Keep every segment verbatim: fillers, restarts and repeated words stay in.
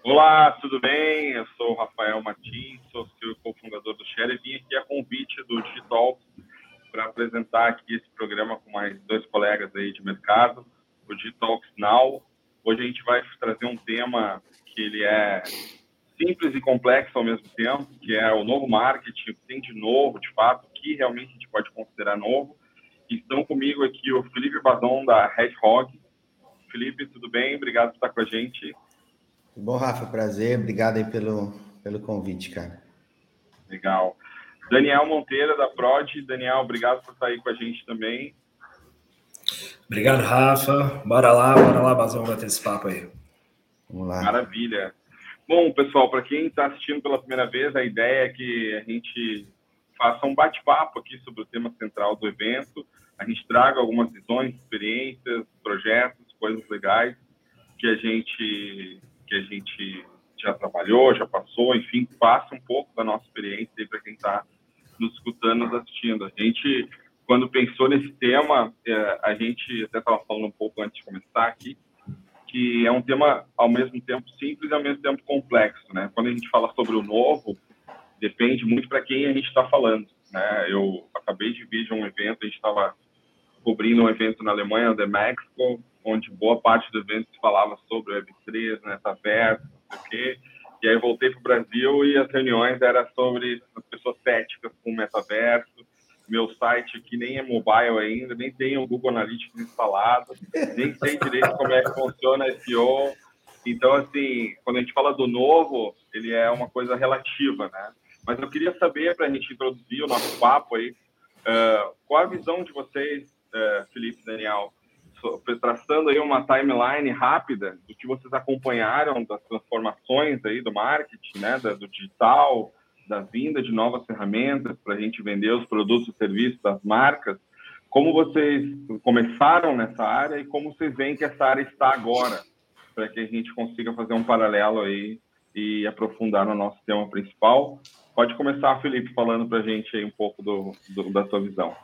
Olá, tudo bem? Eu sou o Rafael Martins, sou o cofundador do Share e vim aqui a convite do Digital para apresentar aqui esse programa com mais dois colegas aí de mercado, o Digitalks Now. Hoje a gente vai trazer um tema que ele é simples e complexo ao mesmo tempo, que é o novo marketing, o que tem de novo, de fato, o que realmente a gente pode considerar novo. Estão comigo aqui o Felipe Bazon, da Hedgehog. Felipe, tudo bem? Obrigado por estar com a gente. Bom, Rafa, prazer. Obrigado aí pelo, pelo convite, cara. Legal. Daniel Monteiro, da Prod. Daniel, obrigado por estar aí com a gente também. Obrigado, Rafa. Bora lá, bora lá, Bazão, bater esse papo aí. Vamos lá. Maravilha. Bom, pessoal, para quem está assistindo pela primeira vez, a ideia é que a gente faça um bate-papo aqui sobre o tema central do evento. A gente traga algumas visões, experiências, projetos, coisas legais que a gente... que a gente já trabalhou, já passou, enfim, passa um pouco da nossa experiência aí para quem está nos escutando, nos assistindo. A gente, quando pensou nesse tema, a gente até estava falando um pouco antes de começar aqui, que é um tema ao mesmo tempo simples e ao mesmo tempo complexo, né? Quando a gente fala sobre o novo, depende muito para quem a gente está falando, né? Eu acabei de vir de um evento, a gente estava cobrindo um evento na Alemanha, o The Mexico, onde boa parte do evento se falava sobre o Web três, metaverso, não sei o quê. E aí voltei para o Brasil e as reuniões eram sobre as pessoas céticas com o metaverso. Meu site aqui nem é mobile ainda, nem tem o Google Analytics instalado, nem sei direito como é que funciona S E O. Então, assim, quando a gente fala do novo, ele é uma coisa relativa, né? Mas eu queria saber, para a gente introduzir o nosso papo aí, uh, qual a visão de vocês, uh, Felipe e Daniel, traçando aí uma timeline rápida do que vocês acompanharam das transformações aí do marketing, né, do digital, da vinda de novas ferramentas para a gente vender os produtos e serviços das marcas. Como vocês começaram nessa área e como vocês veem que essa área está agora, para que a gente consiga fazer um paralelo aí e aprofundar no nosso tema principal. Pode começar, Felipe, falando para a gente aí um pouco do, do, da sua visão.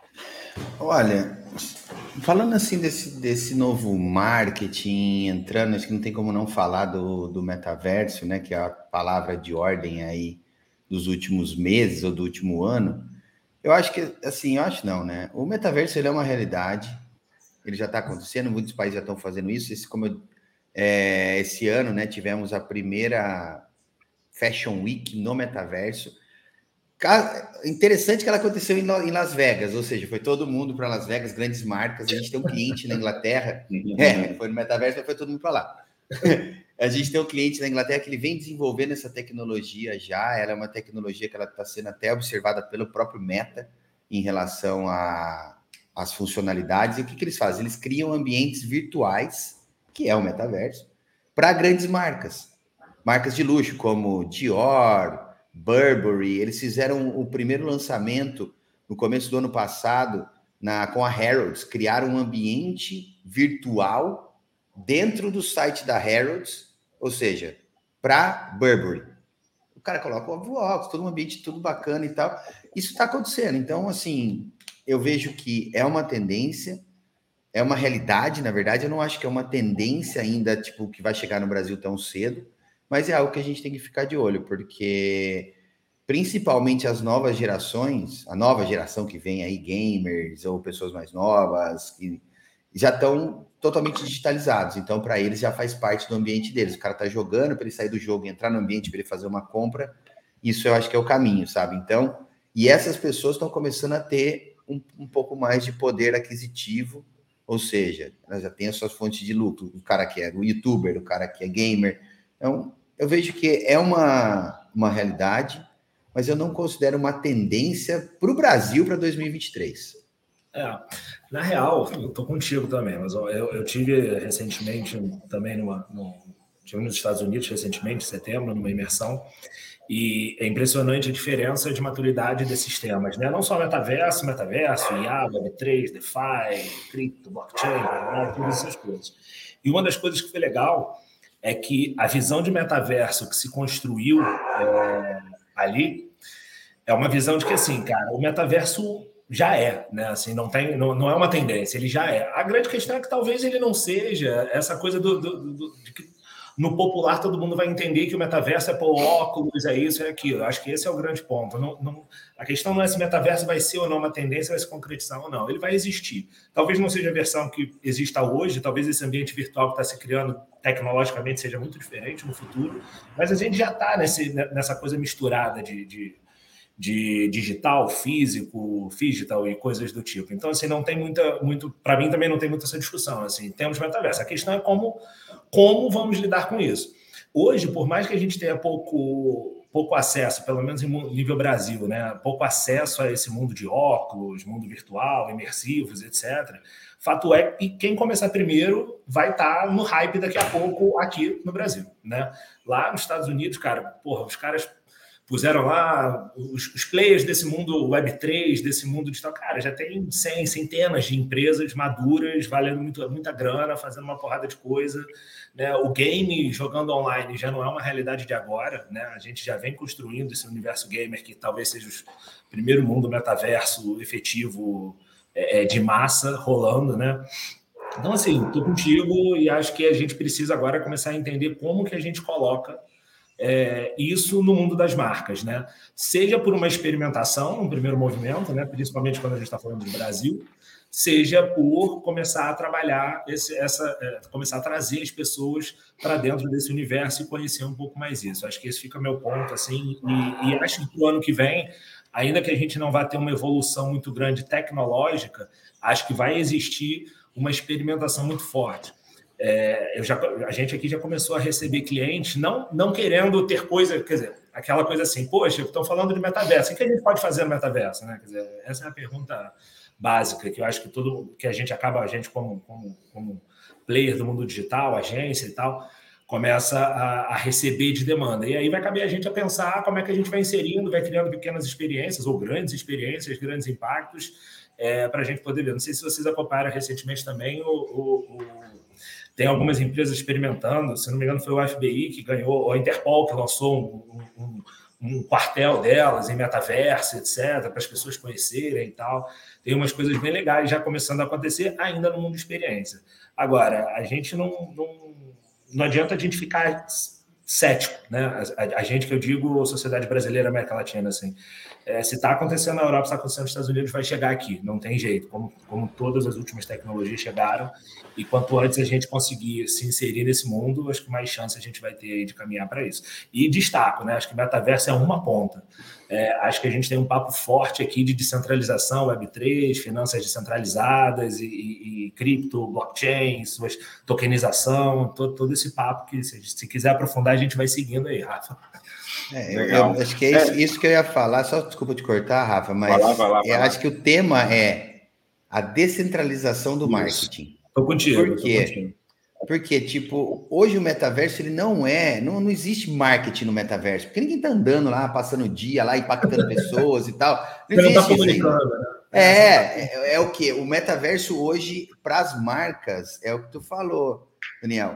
Olha, falando assim desse, desse novo marketing entrando, acho que não tem como não falar do, do metaverso, né? Que é a palavra de ordem aí dos últimos meses ou do último ano. Eu acho que, assim, eu acho não, né? O metaverso, ele é uma realidade, ele já está acontecendo, muitos países já estão fazendo isso. Esse, como eu, é, esse ano, né, tivemos a primeira Fashion Week no metaverso. Interessante que ela aconteceu em Las Vegas, ou seja, foi todo mundo para Las Vegas, grandes marcas. A gente tem um cliente na Inglaterra, é, foi no metaverso, mas foi todo mundo para lá. A gente tem um cliente na Inglaterra que ele vem desenvolvendo essa tecnologia já. Ela é uma tecnologia que ela está sendo até observada pelo próprio Meta em relação às funcionalidades. E o que, que eles fazem? Eles criam ambientes virtuais, que é o metaverso, para grandes marcas, marcas de luxo como Dior, Burberry. Eles fizeram o primeiro lançamento no começo do ano passado na, com a Harrods, criaram um ambiente virtual dentro do site da Harrods, ou seja, para Burberry. O cara coloca o óculos, todo um ambiente tudo bacana e tal. Isso está acontecendo. Então, assim, eu vejo que é uma tendência, é uma realidade, na verdade. Eu não acho que é uma tendência ainda, tipo, que vai chegar no Brasil tão cedo, mas é algo que a gente tem que ficar de olho, porque principalmente as novas gerações, a nova geração que vem aí, gamers ou pessoas mais novas, que já estão totalmente digitalizados. Então, para eles, já faz parte do ambiente deles. O cara tá jogando, para ele sair do jogo e entrar no ambiente para ele fazer uma compra, isso eu acho que é o caminho, sabe? Então, e essas pessoas estão começando a ter um, um pouco mais de poder aquisitivo, ou seja, elas já têm as suas fontes de lucro. O cara que é o youtuber, o cara que é gamer. Então, eu vejo que é uma, uma realidade, mas eu não considero uma tendência para o Brasil para dois mil e vinte e três. É, na real, eu tô contigo também, mas eu, eu tive recentemente também numa, no, tive nos Estados Unidos recentemente, em setembro, numa imersão, e é impressionante a diferença de maturidade desses temas, né? Não só metaverso, metaverso, I A, Web três, DeFi, cripto, blockchain, né? Todas essas coisas. E uma das coisas que foi legal é que a visão de metaverso que se construiu é, ali é uma visão de que, assim, cara, o metaverso já é, né? Assim, não, tem, não, não é uma tendência, ele já é. A grande questão é que talvez ele não seja essa coisa do, do, do, de que no popular todo mundo vai entender que o metaverso é pôr óculos, é isso, é aquilo. Acho que esse é o grande ponto. Não, não, a questão não é se o metaverso vai ser ou não uma tendência, vai se concretizar ou não. Ele vai existir. Talvez não seja a versão que exista hoje, talvez esse ambiente virtual que está se criando tecnologicamente seja muito diferente no futuro, mas a gente já está nessa coisa misturada de, de, de digital, físico, digital e coisas do tipo. Então, assim, não tem muita, muito, para mim também não tem muita essa discussão, assim, temos metaverso. A questão é como, como vamos lidar com isso. Hoje, por mais que a gente tenha pouco, pouco acesso, pelo menos em nível Brasil, né, pouco acesso a esse mundo de óculos, mundo virtual, imersivos, etcétera, fato é que quem começar primeiro vai estar no hype daqui a pouco aqui no Brasil, né? Lá nos Estados Unidos, cara, porra, os caras puseram lá os, os players desse mundo web três, desse mundo digital, cara, já tem cem, centenas de empresas maduras, valendo muito, muita grana, fazendo uma porrada de coisa, né? O game jogando online já não é uma realidade de agora, né? A gente já vem construindo esse universo gamer que talvez seja o primeiro mundo metaverso efetivo é, de massa rolando, né? Então, assim, estou contigo e acho que a gente precisa agora começar a entender como que a gente coloca É, isso no mundo das marcas, né? Seja por uma experimentação, um primeiro movimento, né? Principalmente quando a gente está falando do Brasil, seja por começar a trabalhar, esse, essa, é, começar a trazer as pessoas para dentro desse universo e conhecer um pouco mais isso. Acho que esse fica meu ponto, assim, e, e acho que para o ano que vem, ainda que a gente não vá ter uma evolução muito grande tecnológica, acho que vai existir uma experimentação muito forte. É, eu já, a gente aqui já começou a receber clientes não, não querendo ter coisa, quer dizer, aquela coisa assim, poxa, estão falando de metaverso, o que a gente pode fazer no metaverso? Né? Quer dizer, essa é a pergunta básica, que eu acho que todo que a gente acaba, a gente como, como, como player do mundo digital, agência e tal, começa a, a receber de demanda. E aí vai caber a gente a pensar como é que a gente vai inserindo, vai criando pequenas experiências, ou grandes experiências, grandes impactos, é, para a gente poder ver. Não sei se vocês acompanharam recentemente também o, o, o tem algumas empresas experimentando, se não me engano foi o F B I que ganhou, ou a Interpol que lançou um, um, um quartel delas em metaverso, etcétera, para as pessoas conhecerem e tal. Tem umas coisas bem legais já começando a acontecer, ainda no mundo de experiência. Agora, a gente não, não, não adianta a gente ficar cético, né? A, a, a gente que eu digo, sociedade brasileira, América Latina, assim, é, se está acontecendo na Europa, se está acontecendo nos Estados Unidos, vai chegar aqui, não tem jeito, como, como todas as últimas tecnologias chegaram, e quanto antes a gente conseguir se inserir nesse mundo, acho que mais chance a gente vai ter de caminhar para isso. E destaco, né? Acho que metaverso é uma ponta. É, acho que a gente tem um papo forte aqui de descentralização, web três, finanças descentralizadas e, e, e cripto, blockchain, suas tokenização, todo, todo esse papo que, se, se quiser aprofundar, a gente vai seguindo aí, Rafa. É, eu, eu acho que é isso, é isso que eu ia falar, só desculpa te cortar, Rafa, mas vai lá, vai lá, vai eu lá. Acho que o tema é a descentralização do isso. marketing. Estou contigo. Por quê? Contigo. Porque, tipo, hoje o metaverso, ele não é, não, não existe marketing no metaverso, porque ninguém tá andando lá, passando o dia lá, impactando pessoas e tal. Não Você existe não tá comunicando, né? É, é, é o quê? O metaverso hoje, para as marcas, é o que tu falou, Daniel,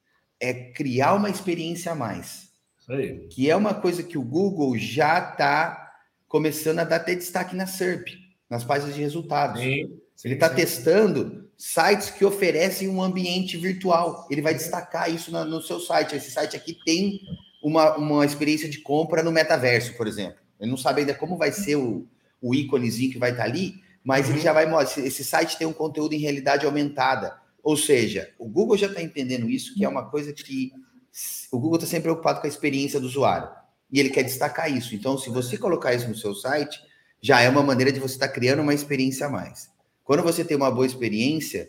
é criar uma experiência a mais. Isso aí. Que é uma coisa que o Google já está começando a dar até destaque na S E R P, nas páginas de resultados. Sim, sim, ele está testando sites que oferecem um ambiente virtual. Ele vai destacar isso na, no seu site. Esse site aqui tem uma, uma experiência de compra no metaverso, por exemplo. Ele não sabe ainda como vai ser o, o íconezinho que vai estar ali, mas uhum. ele já vai mostrar. Esse site tem um conteúdo em realidade aumentada. Ou seja, o Google já está entendendo isso, que é uma coisa que o Google está sempre preocupado com a experiência do usuário. E ele quer destacar isso. Então, se você colocar isso no seu site, já é uma maneira de você estar criando uma experiência a mais. Quando você tem uma boa experiência,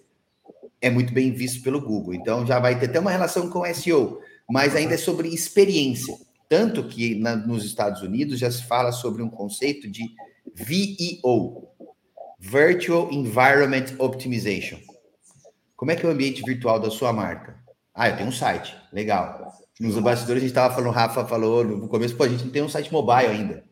é muito bem visto pelo Google. Então, já vai ter até uma relação com S E O, mas ainda é sobre experiência. Tanto que na, nos Estados Unidos já se fala sobre um conceito de V E O, Virtual Environment Optimization. Como é que é o ambiente virtual da sua marca? Ah, eu tenho um site, legal. Nos bastidores a gente estava falando, o Rafa falou no começo, pô, a gente não tem um site mobile ainda.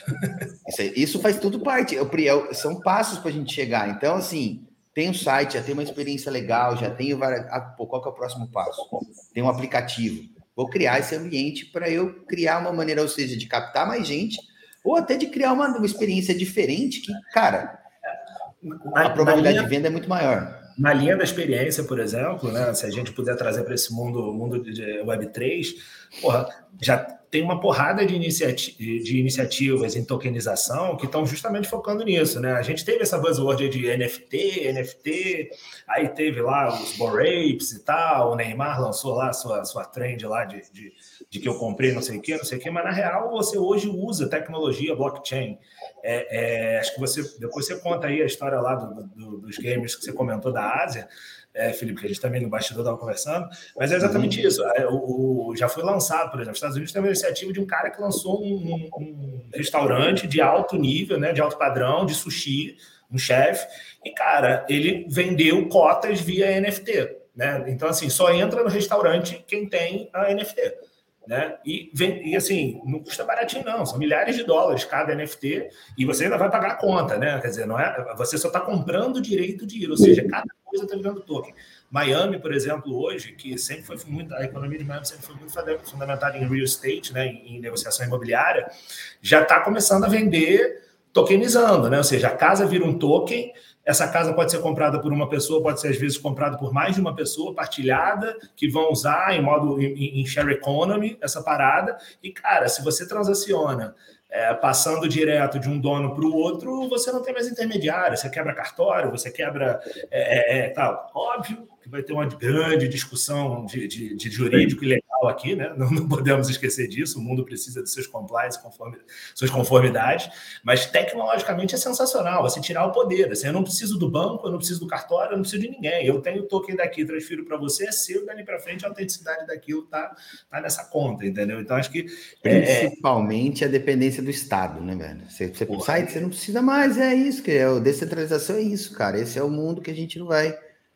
Isso, isso faz tudo parte, são passos para a gente chegar. Então, assim, tem um site, já tem uma experiência legal, já tem o... Ah, pô, qual que é o próximo passo? Tem um aplicativo. Vou criar esse ambiente para eu criar uma maneira, ou seja, de captar mais gente, ou até de criar uma, uma experiência diferente que, cara, a probabilidade de venda é muito maior. na linha da experiência, por exemplo, né, se a gente puder trazer para esse mundo, mundo de Web três, porra, já tem uma porrada de, inicia- de iniciativas em tokenização que estão justamente focando nisso, né? A gente teve essa buzzword de N F T, N F T, aí teve lá os Bored Apes e tal, o Neymar lançou lá a sua, sua trend lá de, de, de que eu comprei não sei o que, não sei o que, mas na real você hoje usa tecnologia blockchain. É, é, acho que você, depois você conta aí a história lá do, do, dos gamers que você comentou da Ásia, É, Felipe, que a gente também no bastidor estava conversando, mas é exatamente isso. O, o, já foi lançado, por exemplo, nos Estados Unidos tem uma iniciativa de um cara que lançou um, um restaurante de alto nível, né, de alto padrão, de sushi, um chefe, e, cara, ele vendeu cotas via N F T, né? Então, assim, só entra no restaurante quem tem a N F T. Né? E, vem, e assim, não custa baratinho, não. São milhares de dólares cada N F T e você ainda vai pagar a conta, né? Quer dizer, não é, você só está comprando o direito de ir, ou seja, cada coisa está virando token. Miami, por exemplo, hoje, que sempre foi muito, a economia de Miami sempre foi muito fundamentada em real estate, né? em, em negociação imobiliária, já está começando a vender tokenizando, né? Ou seja, a casa vira um token. Essa casa pode ser comprada por uma pessoa, pode ser, às vezes, comprada por mais de uma pessoa, partilhada, que vão usar em modo em, em share economy essa parada. E, cara, se você transaciona é, passando direto de um dono para o outro, você não tem mais intermediário, você quebra cartório, você quebra é, é, tal. Óbvio que vai ter uma grande discussão de, de, de jurídico e legal aqui, né? Não, não podemos esquecer disso, o mundo precisa de seus compliance, conforme, suas conformidades, mas tecnologicamente é sensacional, você tirar o poder, assim, eu não preciso do banco, eu não preciso do cartório, eu não preciso de ninguém, eu tenho o token daqui, transfiro para você, é seu, dali para frente a autenticidade daquilo tá, tá nessa conta, entendeu? Então acho que... Principalmente é... a dependência do Estado, né, velho? Você, você Porra, sai, você não precisa mais, é isso, que é, a descentralização é isso, cara, esse é o mundo que a gente não vai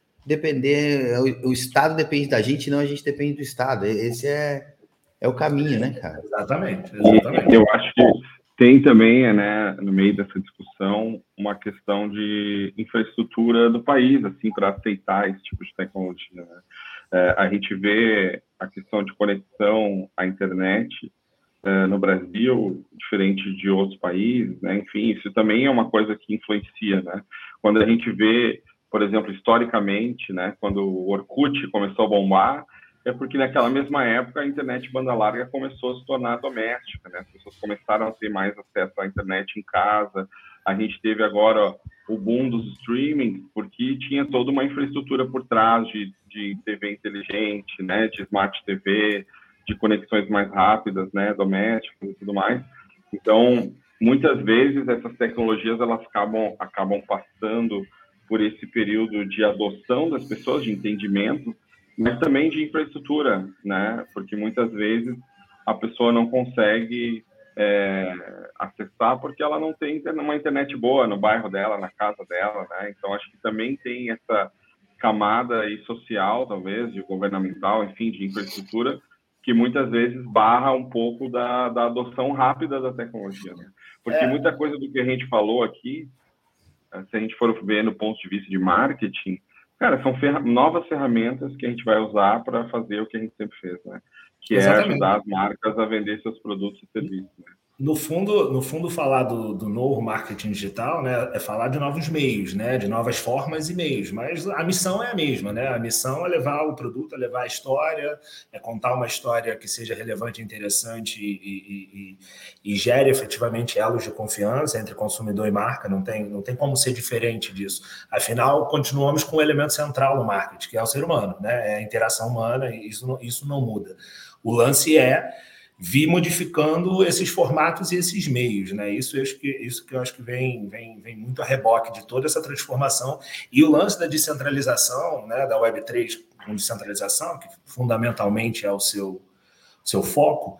depender, o, o Estado depende da gente, não a gente depende do Estado, esse é, é o caminho, né, cara? Exatamente, exatamente. E eu acho que tem também, né, no meio dessa discussão, uma questão de infraestrutura do país, assim, para aceitar esse tipo de tecnologia, né? É, a gente vê a questão de conexão à internet é, no Brasil, diferente de outros países, né? Enfim, isso também é uma coisa que influencia, né? Quando a gente vê, por exemplo, historicamente, né, quando o Orkut começou a bombar, é porque naquela mesma época a internet banda larga começou a se tornar doméstica, né? As pessoas começaram a ter mais acesso à internet em casa. A gente teve agora o boom dos streaming, porque tinha toda uma infraestrutura por trás de, de T V inteligente, né, de Smart T V, de conexões mais rápidas, né, domésticas e tudo mais. Então, muitas vezes essas tecnologias elas acabam, acabam passando por esse período de adoção das pessoas, de entendimento, mas também de infraestrutura, né? Porque muitas vezes a pessoa não consegue é, acessar porque ela não tem uma internet boa no bairro dela, na casa dela, né? Então, acho que também tem essa camada aí social, talvez, de governamental, enfim, de infraestrutura, que muitas vezes barra um pouco da, da adoção rápida da tecnologia, né? Porque é. muita coisa do que a gente falou aqui, se a gente for ver no ponto de vista de marketing, cara, são ferra novas ferramentas que a gente vai usar para fazer o que a gente sempre fez, né? Que Exatamente. é ajudar as marcas a vender seus produtos e serviços, né? No fundo, no fundo, falar do, do novo marketing digital, né, é falar de novos meios, né, de novas formas e meios, mas a missão é a mesma, né? A missão é levar o produto, é levar a história, é contar uma história que seja relevante, interessante e, e, e, e gere efetivamente elos de confiança entre consumidor e marca, não tem, não tem como ser diferente disso. Afinal, continuamos com o elemento central no marketing, que é o ser humano, né? É a interação humana e isso não, isso não muda. O lance é vir modificando esses formatos e esses meios, né? Isso, eu acho que, isso que eu acho que vem, vem, vem muito a reboque de toda essa transformação. E o lance da descentralização, né, da Web três com descentralização, que fundamentalmente é o seu, seu foco,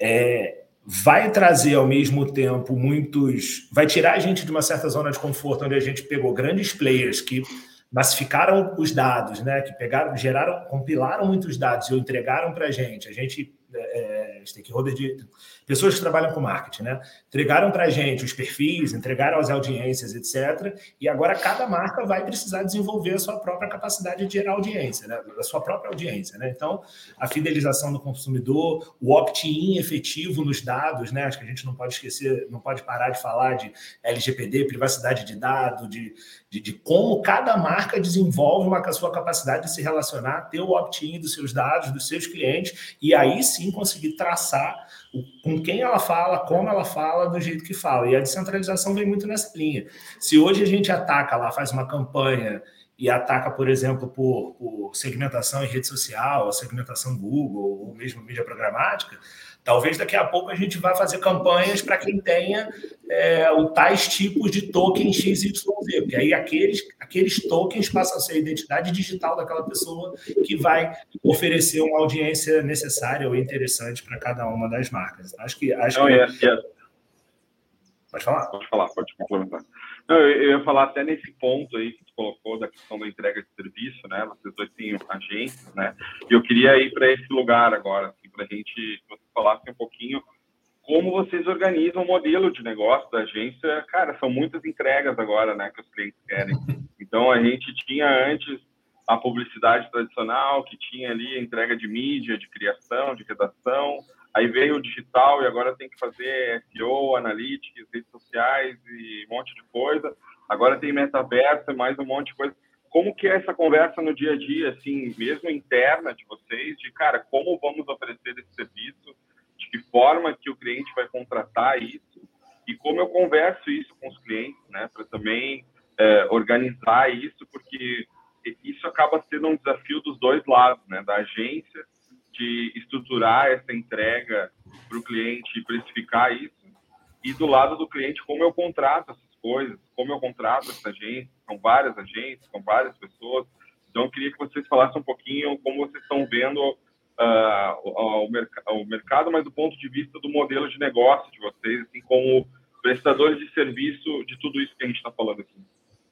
é, vai trazer ao mesmo tempo muitos... Vai tirar a gente de uma certa zona de conforto, onde a gente pegou grandes players que massificaram os dados, né, que pegaram, geraram, compilaram muitos dados e entregaram para a gente. A gente... É, é, stakeholder de pessoas que trabalham com marketing, né? Entregaram para a gente os perfis, entregaram as audiências, etcétera. E agora cada marca vai precisar desenvolver a sua própria capacidade de gerar audiência, né? A sua própria audiência, né? Então, a fidelização do consumidor, o opt-in efetivo nos dados, né? Acho que a gente não pode esquecer, não pode parar de falar de L G P D, privacidade de dados, de, de, de como cada marca desenvolve uma, a sua capacidade de se relacionar, ter o opt-in dos seus dados, dos seus clientes, e aí sim conseguir traçar o, com quem ela fala, como ela fala, do jeito que fala. E a descentralização vem muito nessa linha. Se hoje a gente ataca lá, faz uma campanha e ataca, por exemplo, por, por segmentação em rede social, segmentação Google, ou mesmo mídia programática, talvez daqui a pouco a gente vá fazer campanhas para quem tenha é, o tais tipos de token X Y Z, porque aí aqueles, aqueles tokens passam a ser a identidade digital daquela pessoa que vai oferecer uma audiência necessária ou interessante para cada uma das marcas. Acho que... Acho Não, que... É, é... Pode falar? Pode falar, pode complementar. Não, eu, eu ia falar até nesse ponto aí que tu colocou da questão da entrega de serviço, né? Vocês dois têm agências, né? E eu queria ir para esse lugar agora, assim, para a gente, que vocês falassem um pouquinho como vocês organizam o modelo de negócio da agência. Cara, são muitas entregas agora, né, que os clientes querem. Então, a gente tinha antes a publicidade tradicional, que tinha ali a entrega de mídia, de criação, de redação. Aí veio o digital e agora tem que fazer S E O, analytics, redes sociais e um monte de coisa. Agora tem metaverso e mais um monte de coisa. Como que é essa conversa no dia a dia, assim, mesmo interna de vocês, de, cara, como vamos oferecer esse serviço, de que forma que o cliente vai contratar isso e como eu converso isso com os clientes, né, para também é, organizar isso, porque isso acaba sendo um desafio dos dois lados, né, da agência, de estruturar essa entrega para o cliente e precificar isso, e do lado do cliente, como eu contrato essas coisas, como eu contrato essa agência, são várias agências, são várias pessoas. Então, eu queria que vocês falassem um pouquinho como vocês estão vendo uh, o, o, merc o mercado, mas do ponto de vista do modelo de negócio de vocês, assim, como prestadores de serviço de tudo isso que a gente está falando aqui.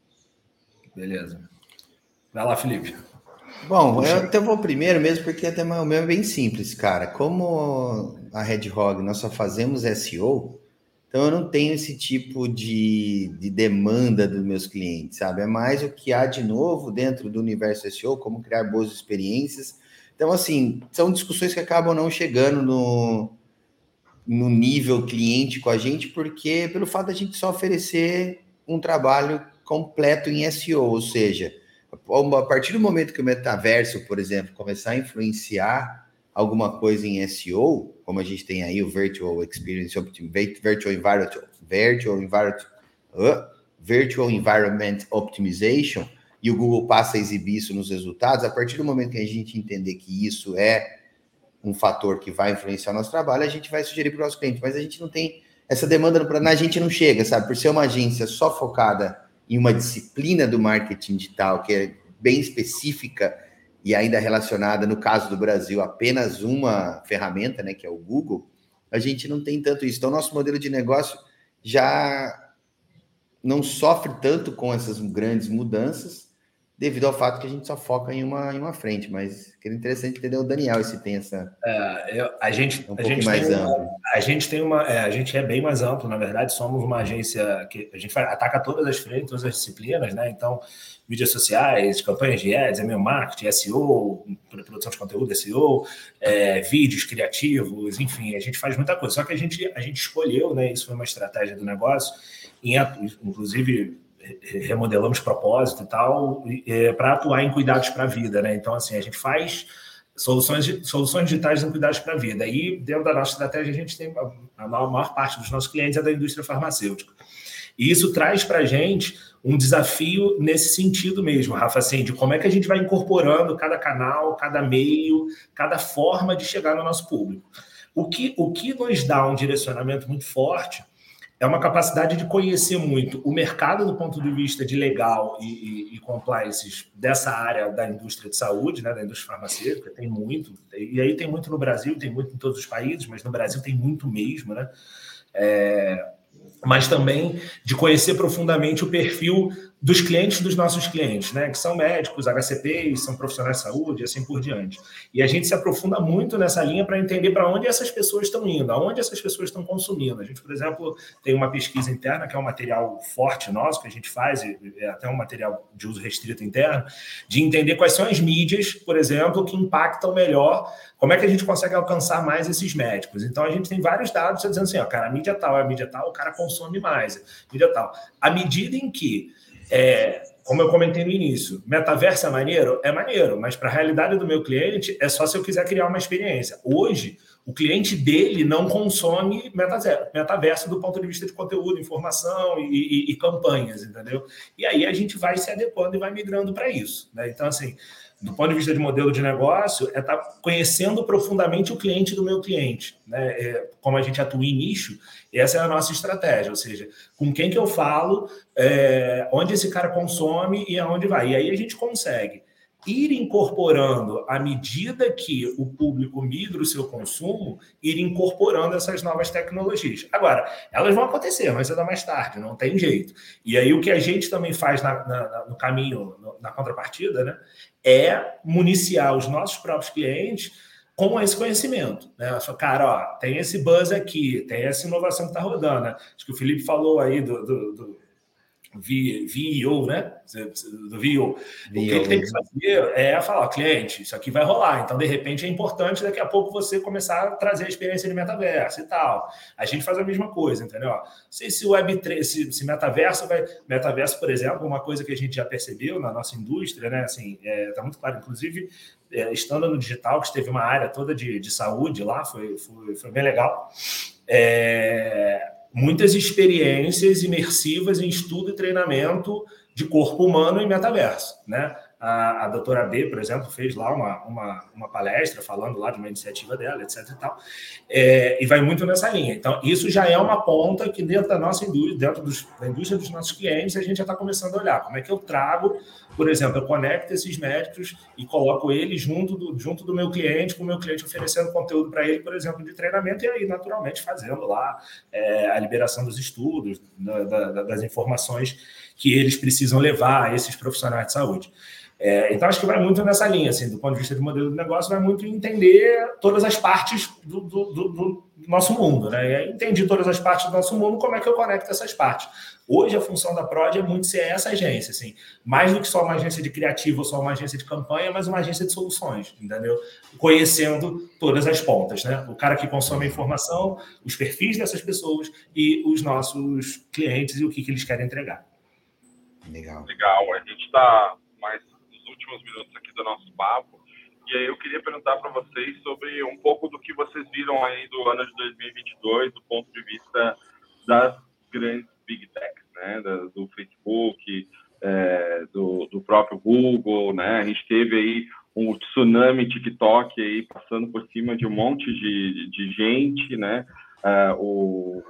Beleza. Vai lá, Felipe. Bom, Puxa. eu até vou primeiro mesmo, porque até o meu é bem simples, cara. Como a Red Hog nós só fazemos S E O, então eu não tenho esse tipo de, de demanda dos meus clientes, sabe? É mais o que há de novo dentro do universo S E O, como criar boas experiências. Então, assim, são discussões que acabam não chegando no, no nível cliente com a gente, porque pelo fato da gente só oferecer um trabalho completo em S E O, ou seja, a partir do momento que o metaverso, por exemplo, começar a influenciar alguma coisa em S E O, como a gente tem aí o Virtual Experience Optimization, Virtual Environment, Virtual Environment, uh, Virtual Environment Optimization, e o Google passa a exibir isso nos resultados, a partir do momento que a gente entender que isso é um fator que vai influenciar o nosso trabalho, a gente vai sugerir para o nosso cliente, mas a gente não tem essa demanda, a gente não chega, sabe? Por ser uma agência só focada em uma disciplina do marketing digital que é bem específica e ainda relacionada, no caso do Brasil, apenas uma ferramenta, né, que é o Google, a gente não tem tanto isso. Então, nosso modelo de negócio já não sofre tanto com essas grandes mudanças, devido ao fato que a gente só foca em uma, em uma frente. Mas que é interessante entender o Daniel, se tem essa... É, eu, a gente, é um a pouco gente mais tem amplo. Uma, a gente tem uma... É, a gente é bem mais amplo, na verdade. Somos uma agência que a gente faz, ataca todas as frentes, todas as disciplinas, né? Então, mídias sociais, campanhas de ads, e-mail marketing, S E O, produção de conteúdo, S E O, é, vídeos criativos, enfim, a gente faz muita coisa. Só que a gente, a gente escolheu, né? Isso foi uma estratégia do negócio, em, inclusive... remodelamos propósito e tal, é, para atuar em cuidados para a vida, né? Então, assim, a gente faz soluções, soluções digitais em cuidados para a vida. E, dentro da nossa estratégia, a gente tem a maior, a maior parte dos nossos clientes é da indústria farmacêutica. E isso traz para a gente um desafio nesse sentido mesmo, Rafa, assim, de como é que a gente vai incorporando cada canal, cada meio, cada forma de chegar no nosso público. O que, o que nos dá um direcionamento muito forte é uma capacidade de conhecer muito o mercado do ponto de vista de legal e, e, e compliance dessa área da indústria de saúde, né, da indústria farmacêutica, tem muito, e aí tem muito no Brasil, tem muito em todos os países, mas no Brasil tem muito mesmo, né? É, mas também de conhecer profundamente o perfil dos clientes dos nossos clientes, né? Que são médicos, H C Ps, são profissionais de saúde e assim por diante. E a gente se aprofunda muito nessa linha para entender para onde essas pessoas estão indo, aonde essas pessoas estão consumindo. A gente, por exemplo, tem uma pesquisa interna, que é um material forte nosso, que a gente faz, é até um material de uso restrito interno, de entender quais são as mídias, por exemplo, que impactam melhor, como é que a gente consegue alcançar mais esses médicos. Então, a gente tem vários dados dizendo assim, ó, cara, a mídia tal, a mídia tal, o cara consome mais, a mídia tal. À medida em que É, como eu comentei no início, metaverso é maneiro? É maneiro, mas para a realidade do meu cliente é só se eu quiser criar uma experiência. Hoje, o cliente dele não consome metaverso do ponto de vista de conteúdo, informação e, e, e campanhas, entendeu? E aí a gente vai se adequando e vai migrando para isso, né? Então, assim, do ponto de vista de modelo de negócio, é estar conhecendo profundamente o cliente do meu cliente, né? É, como a gente atua em nicho, essa é a nossa estratégia, ou seja, com quem que eu falo, é, onde esse cara consome e aonde vai. E aí a gente consegue ir incorporando, à medida que o público migra o seu consumo, ir incorporando essas novas tecnologias. Agora, elas vão acontecer, mas é mais tarde, não tem jeito. E aí o que a gente também faz na, na, no caminho, na contrapartida, né, é municiar os nossos próprios clientes com esse conhecimento, né? Só, cara, ó, tem esse buzz aqui, tem essa inovação que está rodando, né? Acho que o Felipe falou aí do, do, do V I O, né? Do V I O. O que ele tem que fazer é falar, ó, cliente, isso aqui vai rolar. Então, de repente, é importante daqui a pouco você começar a trazer a experiência de metaverso e tal. A gente faz a mesma coisa, entendeu? Não sei se o Web três, se, se metaverso vai... Metaverso, por exemplo, uma coisa que a gente já percebeu na nossa indústria, né? Assim, é, tá muito claro, inclusive, é, estando no digital, que teve uma área toda de, de saúde lá, foi, foi, foi bem legal. É... Muitas experiências imersivas em estudo e treinamento de corpo humano em metaverso, né? A, a doutora B, por exemplo, fez lá uma, uma, uma palestra falando lá de uma iniciativa dela, etc e tal, é, e vai muito nessa linha. Então, isso já é uma ponta que dentro da nossa indústria, dentro dos, da indústria dos nossos clientes, a gente já está começando a olhar. Como é que eu trago, por exemplo, eu conecto esses médicos e coloco eles junto do, junto do meu cliente, com o meu cliente oferecendo conteúdo para ele, por exemplo, de treinamento, e aí, naturalmente, fazendo lá é, a liberação dos estudos, da, da, das informações que eles precisam levar a esses profissionais de saúde. É, então, acho que vai muito nessa linha, assim, do ponto de vista de modelo de negócio, vai muito entender todas as partes do, do, do, do nosso mundo, né? E aí, entendi todas as partes do nosso mundo, como é que eu conecto essas partes? Hoje, a função da Prod é muito ser essa agência, assim, mais do que só uma agência de criativo ou só uma agência de campanha, mas uma agência de soluções, entendeu? Conhecendo todas as pontas, né? O cara que consome a informação, os perfis dessas pessoas e os nossos clientes e o que, que eles querem entregar. Legal. Legal. A gente está mais últimos minutos aqui do nosso papo, e aí eu queria perguntar para vocês sobre um pouco do que vocês viram aí do ano de dois mil e vinte e dois, do ponto de vista das grandes Big Techs, né, do, do Facebook, é, do, do próprio Google, né, a gente teve aí um tsunami TikTok aí passando por cima de um monte de, de gente, né, é, o,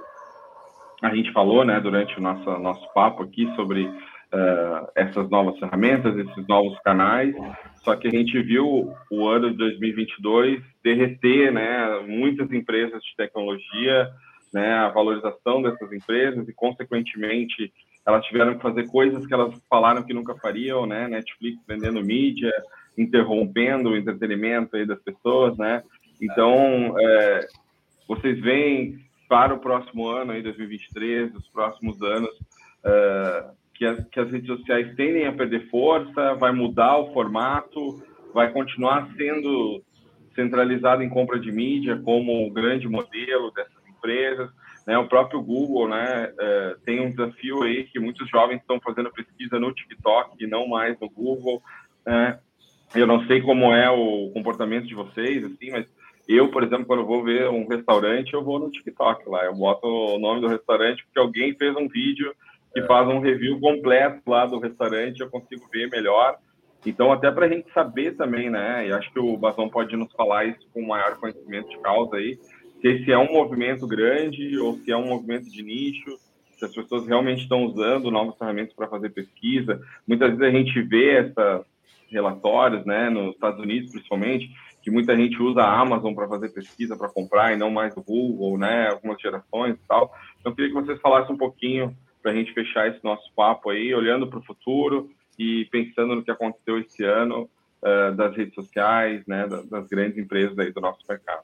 a gente falou, né, durante o nosso, nosso papo aqui sobre Uh, essas novas ferramentas, esses novos canais, só que a gente viu o ano de dois mil e vinte e dois derreter, né, muitas empresas de tecnologia, né, a valorização dessas empresas e, consequentemente, elas tiveram que fazer coisas que elas falaram que nunca fariam, né, Netflix vendendo mídia, interrompendo o entretenimento aí das pessoas, né, então, é, vocês veem para o próximo ano, aí, dois mil e vinte e três, os próximos anos, uh, Que as, que as redes sociais tendem a perder força, vai mudar o formato, vai continuar sendo centralizado em compra de mídia como o grande modelo dessas empresas, né? O próprio Google, né, é, tem um desafio aí que muitos jovens estão fazendo pesquisa no TikTok e não mais no Google, né? Eu não sei como é o comportamento de vocês, assim, mas eu, por exemplo, quando eu vou ver um restaurante, eu vou no TikTok lá, eu boto o nome do restaurante porque alguém fez um vídeo que faz um review completo lá do restaurante, eu consigo ver melhor. Então, até para a gente saber também, né, e acho que o Bazão pode nos falar isso com maior conhecimento de causa aí, se esse é um movimento grande ou se é um movimento de nicho, se as pessoas realmente estão usando novas ferramentas para fazer pesquisa. Muitas vezes a gente vê esses relatórios, né, nos Estados Unidos principalmente, que muita gente usa a Amazon para fazer pesquisa, para comprar, e não mais o Google, né, algumas gerações e tal. Então, eu queria que vocês falassem um pouquinho para a gente fechar esse nosso papo aí, olhando para o futuro e pensando no que aconteceu esse ano, uh, das redes sociais, né, das, das grandes empresas aí do nosso mercado.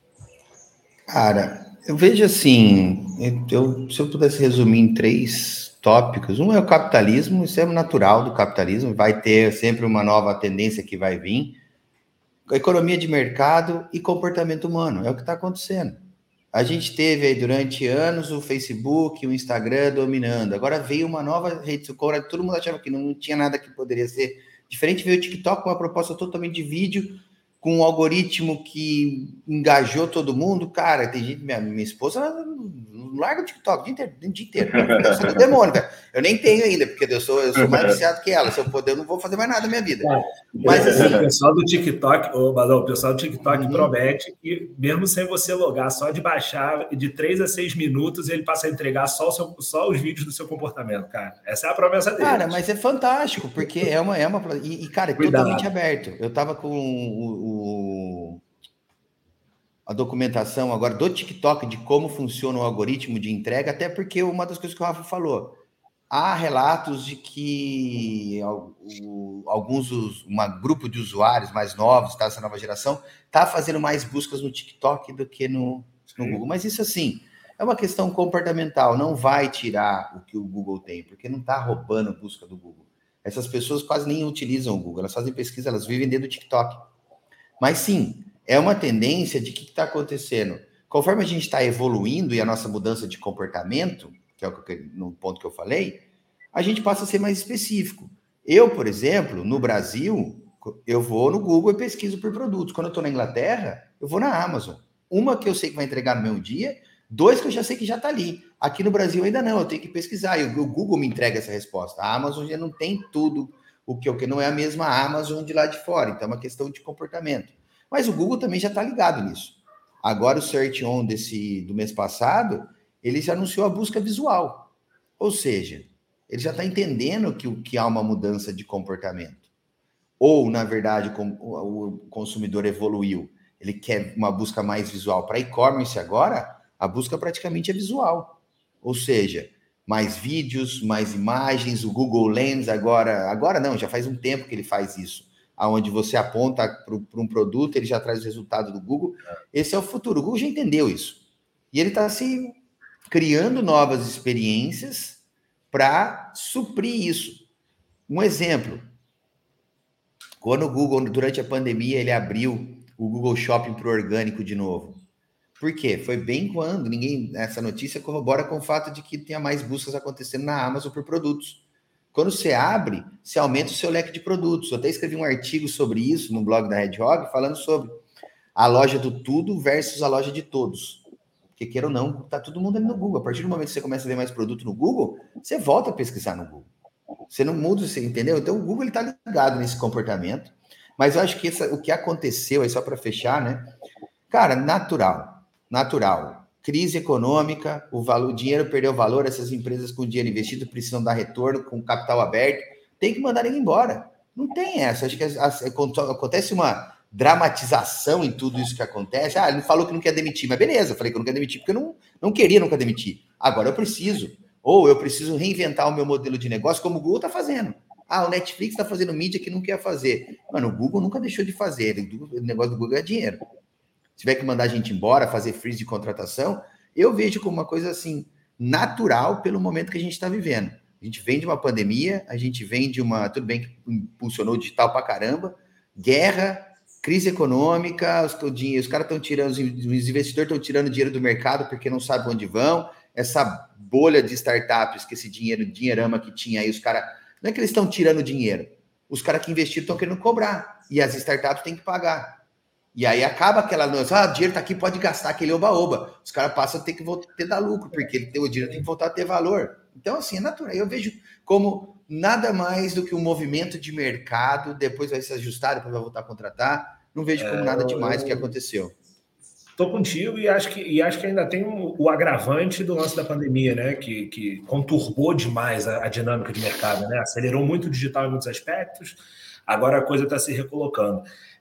Cara, eu vejo assim, eu, se eu pudesse resumir em três tópicos, um é o capitalismo, isso é natural do capitalismo, vai ter sempre uma nova tendência que vai vir, a economia de mercado e comportamento humano, é o que está acontecendo. A gente teve aí durante anos o Facebook, o Instagram dominando, agora veio uma nova rede social, todo mundo achava que não tinha nada que poderia ser diferente, veio o TikTok com uma proposta totalmente de vídeo, com um algoritmo que engajou todo mundo. Cara, tem gente, minha, minha esposa não larga o TikTok o dia inteiro, o dia inteiro. Eu sou do demônio, velho. Eu nem tenho ainda, porque eu sou, eu sou mais viciado que ela. Se eu puder, eu não vou fazer mais nada na minha vida. É, Mas assim, o pessoal do TikTok, ô, Badão, o pessoal do TikTok uhum. promete que, mesmo sem você logar, só de baixar, de três a seis minutos, ele passa a entregar só, o seu, só os vídeos do seu comportamento, cara. Essa é a promessa dele. Cara, mas é fantástico, porque é uma. É uma e, e cara, é Cuidado. totalmente aberto. Eu tava com o. o a documentação agora do TikTok de como funciona o algoritmo de entrega, até porque uma das coisas que o Rafa falou, há relatos de que alguns, um grupo de usuários mais novos, tá, essa nova geração, está fazendo mais buscas no TikTok do que no, no Google. Mas isso, assim, é uma questão comportamental, não vai tirar o que o Google tem, porque não está roubando a busca do Google. Essas pessoas quase nem utilizam o Google, elas fazem pesquisa, elas vivem dentro do TikTok. Mas, sim, é uma tendência de que está acontecendo. Conforme a gente está evoluindo e a nossa mudança de comportamento, que é o que, no ponto que eu falei, a gente passa a ser mais específico. Eu, por exemplo, no Brasil, eu vou no Google e pesquiso por produtos. Quando eu estou na Inglaterra, eu vou na Amazon. Uma que eu sei que vai entregar no mesmo dia, dois que eu já sei que já está ali. Aqui no Brasil ainda não, eu tenho que pesquisar. E o Google me entrega essa resposta. A Amazon já não tem tudo o que eu que não é a mesma Amazon de lá de fora. Então é uma questão de comportamento. Mas o Google também já está ligado nisso. Agora o Search On desse, do mês passado, ele já anunciou a busca visual. Ou seja, ele já está entendendo que, que há uma mudança de comportamento. Ou, na verdade, o consumidor evoluiu. Ele quer uma busca mais visual. Para e-commerce agora, a busca praticamente é visual. Ou seja, mais vídeos, mais imagens, o Google Lens agora... Agora não, já faz um tempo que ele faz isso. Onde você aponta para um produto, ele já traz o resultado do Google. Esse é o futuro. O Google já entendeu isso. E ele está se criando novas experiências para suprir isso. Um exemplo. Quando o Google, durante a pandemia, ele abriu o Google Shopping para o orgânico de novo. Por quê? Foi bem quando ninguém... Essa notícia corrobora com o fato de que tenha mais buscas acontecendo na Amazon por produtos. Quando você abre, você aumenta o seu leque de produtos. Eu até escrevi um artigo sobre isso no blog da Hedgehog, falando sobre a loja do tudo versus a loja de todos. Porque, queira ou não, tá todo mundo ali no Google. A partir do momento que você começa a ver mais produto no Google, você volta a pesquisar no Google. Você não muda, você entendeu? Então, o Google está ligado nesse comportamento. Mas eu acho que essa, o que aconteceu, aí só para fechar, né? Cara, natural. Natural. Crise econômica, o, valor, o dinheiro perdeu valor, essas empresas com dinheiro investido precisam dar retorno, com capital aberto, tem que mandar ele embora. Não tem essa. Acho que as, as, acontece uma dramatização em tudo isso que acontece. Ah, ele falou que não quer demitir, mas beleza, eu falei que eu não quero demitir porque eu não, não queria nunca demitir. Agora eu preciso. Ou eu preciso reinventar o meu modelo de negócio, como o Google está fazendo. Ah, o Netflix está fazendo mídia que não quer fazer. Mano, o Google nunca deixou de fazer. O negócio do Google é dinheiro. Se tiver que mandar a gente embora, fazer freeze de contratação, eu vejo como uma coisa assim, natural pelo momento que a gente está vivendo. A gente vem de uma pandemia, a gente vem de uma... Tudo bem que impulsionou o digital pra caramba, guerra, crise econômica, os, os caras estão tirando, os investidores estão tirando dinheiro do mercado porque não sabem onde vão, essa bolha de startups, que esse dinheiro, dinheirama que tinha aí, os caras... Não é que eles estão tirando dinheiro, os caras que investiram estão querendo cobrar, e as startups têm que pagar. E aí acaba aquela noção, ah, o dinheiro tá aqui, pode gastar aquele oba-oba. Os caras passam a ter que voltar, ter dar lucro, porque ele tem, o dinheiro tem que voltar a ter valor. Então, assim, é natural. Eu vejo como nada mais do que um movimento de mercado, depois vai se ajustar, depois vai voltar a contratar. Não vejo como é, nada demais o que aconteceu. Estou contigo e acho que, e acho que ainda tem o, o agravante do lance da pandemia, né? Que, que conturbou demais a, a dinâmica de mercado, né? Acelerou muito o digital em muitos aspectos, agora a coisa está se recolocando.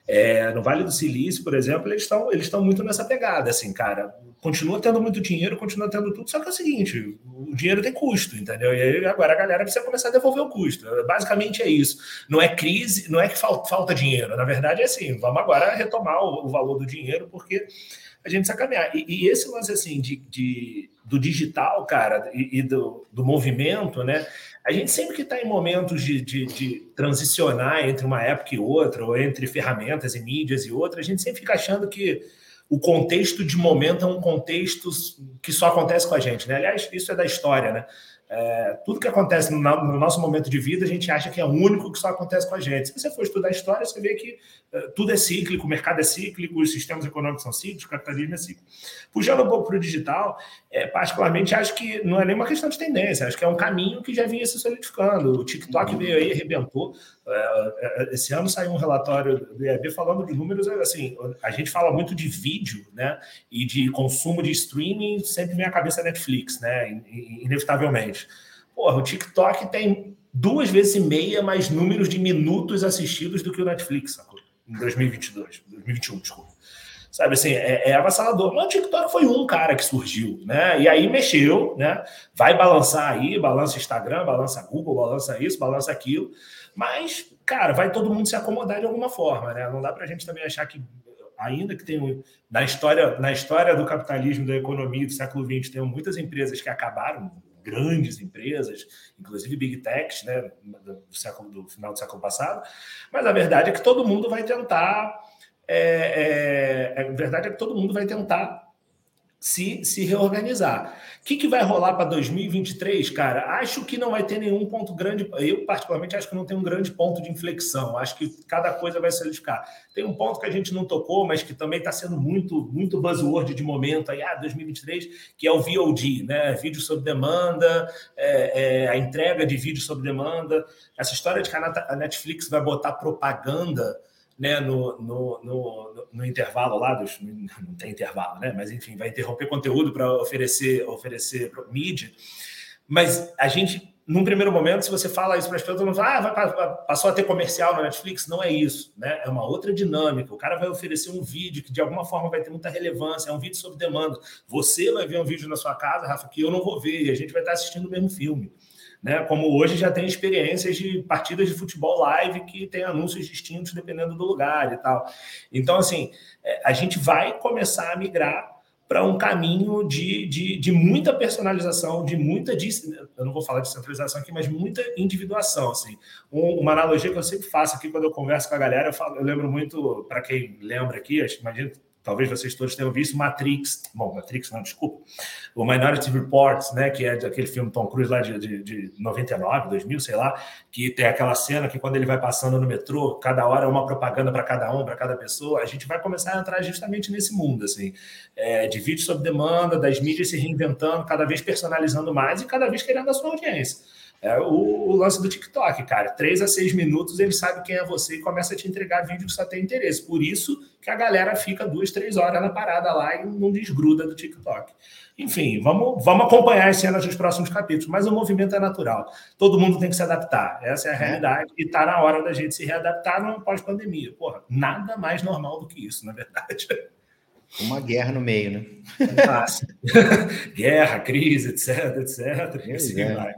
É, no Vale do Silício, por exemplo, eles estão eles estão muito nessa pegada, assim, cara, continua tendo muito dinheiro, continua tendo tudo, só que é o seguinte, o dinheiro tem custo, entendeu? E aí agora a galera precisa começar a devolver o custo. Basicamente é isso. Não é crise, não é que falta, falta dinheiro, na verdade é assim, vamos agora retomar o, o valor do dinheiro, porque a gente precisa caminhar. E, e esse lance, assim, de, de, do digital, cara, e, e do, do movimento, né? A gente sempre que está em momentos de, de, de transicionar entre uma época e outra, ou entre ferramentas e mídias e outras, a gente sempre fica achando que o contexto de momento é um contexto que só acontece com a gente, né? Aliás, isso é da história, né? É, tudo que acontece no, no nosso momento de vida, a gente acha que é único, que só acontece com a gente. Se você for estudar a história, você vê que uh, tudo é cíclico, o mercado é cíclico, os sistemas econômicos são cíclicos, o capitalismo é cíclico. Puxando um pouco para o digital, é, particularmente, acho que não é nem uma questão de tendência, acho que é um caminho que já vinha se solidificando. O TikTok veio aí, arrebentou. Uh, esse ano saiu um relatório do I A B falando de números, assim, a gente fala muito de vídeo, né, e de consumo de streaming, sempre vem à cabeça a Netflix, né, inevitavelmente. Porra, o TikTok tem duas vezes e meia mais números de minutos assistidos do que o Netflix, sacou? Em dois mil e vinte e dois, dois mil e vinte e um, desculpa. Sabe assim, é, é avassalador. Mas o TikTok foi um cara que surgiu, né? E aí mexeu, né? Vai balançar aí, balança Instagram, balança Google, balança isso, balança aquilo. Mas, cara, vai todo mundo se acomodar de alguma forma, né? Não dá pra gente também achar que, ainda que tem na história, na história do capitalismo, da economia do século vinte, tem muitas empresas que acabaram, grandes empresas, inclusive Big Techs, né, do, século, do final do século passado, mas a verdade é que todo mundo vai tentar, é, é, a verdade é que todo mundo vai tentar se, se reorganizar. O que, que vai rolar para dois mil e vinte e três, cara? Acho que não vai ter nenhum ponto grande, eu particularmente acho que não tem um grande ponto de inflexão, acho que cada coisa vai se solidificar. Tem um ponto que a gente não tocou, mas que também está sendo muito, muito buzzword de momento, aí, ah, dois mil e vinte e três, que é o V O D, né? Vídeo sob demanda, é, é, a entrega de vídeo sob demanda, essa história de que a Netflix vai botar propaganda, né, no, no, no, no intervalo lá, dos, não tem intervalo, né? Mas enfim, vai interromper conteúdo para oferecer, oferecer mídia. Mas a gente, num primeiro momento, se você fala isso para as pessoas, todo mundo fala, ah, vai, passou a ter comercial na Netflix. Não é isso, né? É uma outra dinâmica. O cara vai oferecer um vídeo que de alguma forma vai ter muita relevância, é um vídeo sob demanda. Você vai ver um vídeo na sua casa, Rafa, que eu não vou ver, e a gente vai estar assistindo o mesmo filme. Né, como hoje já tem experiências de partidas de futebol live que tem anúncios distintos dependendo do lugar e tal. Então, assim, a gente vai começar a migrar para um caminho de, de, de muita personalização, de muita, eu não vou falar de centralização aqui, mas muita individuação. Assim. Um, uma analogia que eu sempre faço aqui quando eu converso com a galera, eu, falo, eu lembro muito, para quem lembra aqui, acho que imagino, talvez vocês todos tenham visto Matrix, bom, Matrix não, desculpa, o Minority Report, né, que é daquele filme Tom Cruise lá de, de, de noventa e nove, dois mil, sei lá, que tem aquela cena que quando ele vai passando no metrô, cada hora é uma propaganda para cada um, para cada pessoa, a gente vai começar a entrar justamente nesse mundo, assim, é, de vídeo sob demanda, das mídias se reinventando, cada vez personalizando mais e cada vez querendo a sua audiência. É o, o lance do TikTok, cara. Três a seis minutos ele sabe quem é você e começa a te entregar vídeo que só tem interesse. Por isso que a galera fica duas, três horas na parada lá e não desgruda do TikTok. Enfim, vamos, vamos acompanhar as cenas dos próximos capítulos, mas o movimento é natural. Todo mundo tem que se adaptar. Essa é a realidade. E tá na hora da gente se readaptar numa pós-pandemia. Porra, nada mais normal do que isso, na verdade. Uma guerra no meio, né? Ah, guerra, crise, etc, etc. E assim é. vai.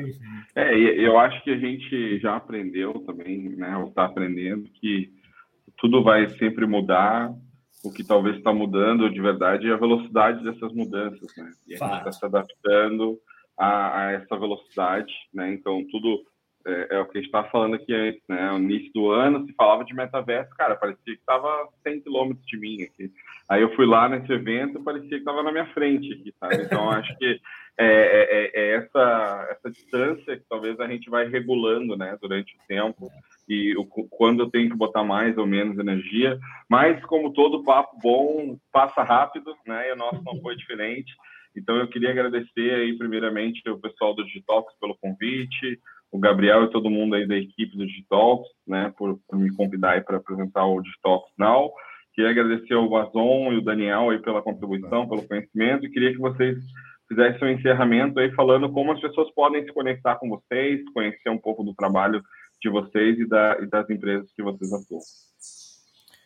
É, eu acho que a gente já aprendeu também, né, ou está aprendendo que tudo vai sempre mudar. O que talvez está mudando de verdade é a velocidade dessas mudanças, né? E a Fato. gente está se adaptando a, a essa velocidade, né? Então, tudo é, é o que a gente estava falando aqui antes, né? No início do ano, se falava de metaverso, cara, parecia que estava cem quilômetros de mim aqui. Aí eu fui lá nesse evento, parecia que estava na minha frente aqui, sabe? Então, acho que é, é, é essa, essa distância que talvez a gente vai regulando, né, durante o tempo, e o, quando eu tenho que botar mais ou menos energia, mas como todo papo bom, passa rápido, né, e o nosso não foi diferente. Então, eu queria agradecer aí, primeiramente, o pessoal do Digitalks pelo convite, o Gabriel e todo mundo aí da equipe do Digitalks, né, por, por me convidar aí para apresentar o Digitalks Now. Queria agradecer ao Bazon e o Daniel aí pela contribuição, pelo conhecimento, e queria que vocês fizessem um encerramento aí falando como as pessoas podem se conectar com vocês, conhecer um pouco do trabalho de vocês e, da, e das empresas que vocês atuam.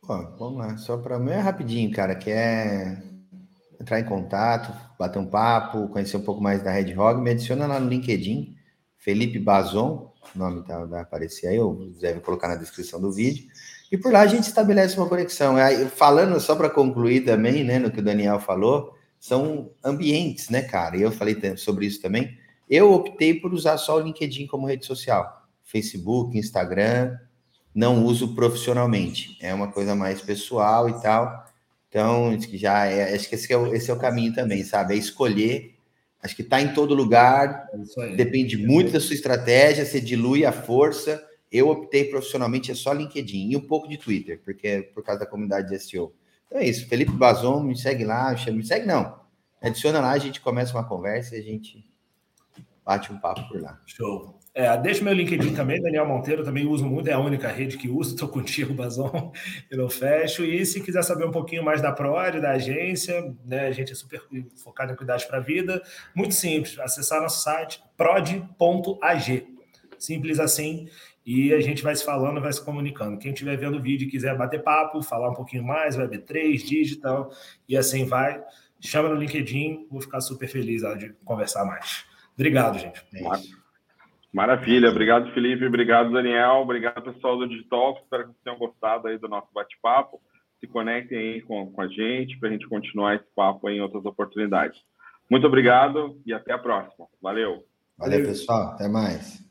Pô, vamos lá, só para mim é rapidinho, cara, quer entrar em contato, bater um papo, conhecer um pouco mais da Red Hog, me adiciona lá no LinkedIn, Felipe Bazon, o nome tá, vai aparecer aí, eu deve colocar na descrição do vídeo, e por lá a gente estabelece uma conexão. Aí, falando só para concluir também, né, no que o Daniel falou, são ambientes, né, cara, e eu falei sobre isso também, eu optei por usar só o LinkedIn como rede social, Facebook, Instagram, não uso profissionalmente, é uma coisa mais pessoal e tal, então acho que já é, acho que esse é o, esse é o caminho também, sabe, é escolher, acho que tá em todo lugar, depende muito da sua estratégia, você dilui a força, eu optei profissionalmente, é só LinkedIn e um pouco de Twitter, porque é por causa da comunidade de S E O. Então é isso, Felipe Bazon, me segue lá, me segue não, adiciona lá, a gente começa uma conversa e a gente bate um papo por lá. Show. É, deixa meu LinkedIn também, Daniel Monteiro, também uso muito, é a única rede que uso, estou contigo, Bazon, eu não fecho. E se quiser saber um pouquinho mais da Prod, da agência, né, a gente é super focado em cuidados para a vida, muito simples, acessar nosso site, prod ponto a g, simples assim, e a gente vai se falando, vai se comunicando. Quem estiver vendo o vídeo e quiser bater papo, falar um pouquinho mais, vai ver três, digital, e assim vai, chama no LinkedIn, vou ficar super feliz lá de conversar mais. Obrigado, gente. Maravilha. Obrigado, Felipe. Obrigado, Daniel. Obrigado, pessoal do Digitalk. Espero que vocês tenham gostado aí do nosso bate-papo. Se conectem aí com, com a gente para a gente continuar esse papo aí em outras oportunidades. Muito obrigado e até a próxima. Valeu. Valeu, pessoal. Até mais.